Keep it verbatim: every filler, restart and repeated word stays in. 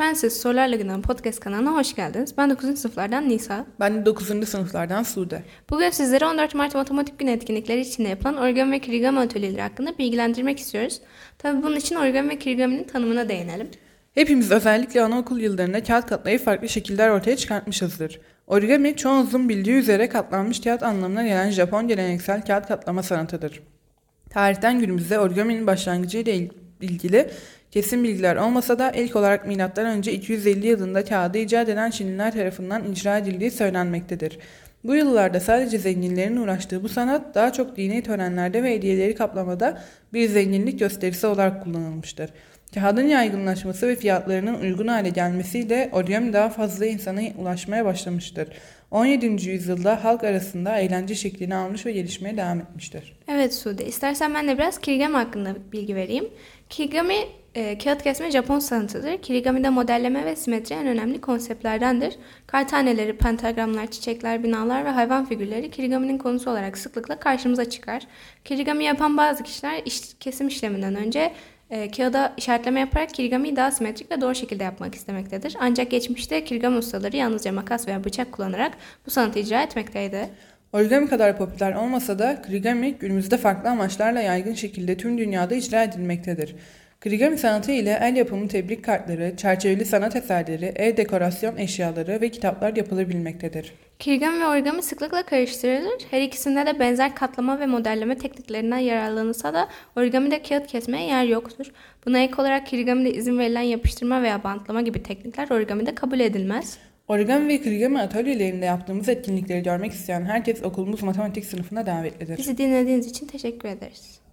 Fensiz Sorularla Gündem Podcast kanalına hoş geldiniz. Ben dokuzuncu sınıflardan Nisa. Ben de dokuzuncu sınıflardan Sude. Bugün sizlere on dört Mart Matematik Günü etkinlikleri içinde yapılan origami ve kirigami atölyeleri hakkında bilgilendirmek istiyoruz. Tabii bunun için origami ve kirigaminin tanımına değinelim. Hepimiz özellikle anaokul yıllarında kağıt katlayıp farklı şekiller ortaya çıkartmışızdır. Origami çoğunuzun bildiği üzere katlanmış kağıt anlamına gelen Japon geleneksel kağıt katlama sanatıdır. Tarihten günümüze origaminin başlangıcı ile ilgili kesin bilgiler olmasa da ilk olarak milattan önce iki yüz elli yılında kağıdı icat eden Çinliler tarafından icra edildiği söylenmektedir. Bu yıllarda sadece zenginlerin uğraştığı bu sanat daha çok dini törenlerde ve hediyeleri kaplamada bir zenginlik gösterisi olarak kullanılmıştır. Kağıdın yaygınlaşması ve fiyatlarının uygun hale gelmesiyle origami daha fazla insana ulaşmaya başlamıştır. on yedinci yüzyılda halk arasında eğlence şeklini almış ve gelişmeye devam etmiştir. Evet Sude, istersen ben de biraz kirigami hakkında bilgi vereyim. Kirigami e, kağıt kesme Japon sanatıdır. Kirigami'de modelleme ve simetri en önemli konseptlerdendir. Kar taneleri, pentagramlar, çiçekler, binalar ve hayvan figürleri kirigaminin konusu olarak sıklıkla karşımıza çıkar. Kirigami yapan bazı kişiler iş, kesim işleminden önce E, kağıda işaretleme yaparak kirigamiyi daha simetrik ve doğru şekilde yapmak istemektedir. Ancak geçmişte kirigami ustaları yalnızca makas veya bıçak kullanarak bu sanatı icra etmekteydi. Origami kadar popüler olmasa da kirigami günümüzde farklı amaçlarla yaygın şekilde tüm dünyada icra edilmektedir. Kirigami sanatı ile el yapımı tebrik kartları, çerçeveli sanat eserleri, ev dekorasyon eşyaları ve kitaplar yapılabilmektedir. Kirigami ve origami sıklıkla karıştırılır. Her ikisinde de benzer katlama ve modelleme tekniklerinden yararlanılsa da origamide kağıt kesmeye yer yoktur. Buna ek olarak kirigamide izin verilen yapıştırma veya bantlama gibi teknikler origamide kabul edilmez. Origami ve kirigami atölyelerinde yaptığımız etkinlikleri görmek isteyen herkes okulumuz matematik sınıfına davetlidir. Bizi dinlediğiniz için teşekkür ederiz.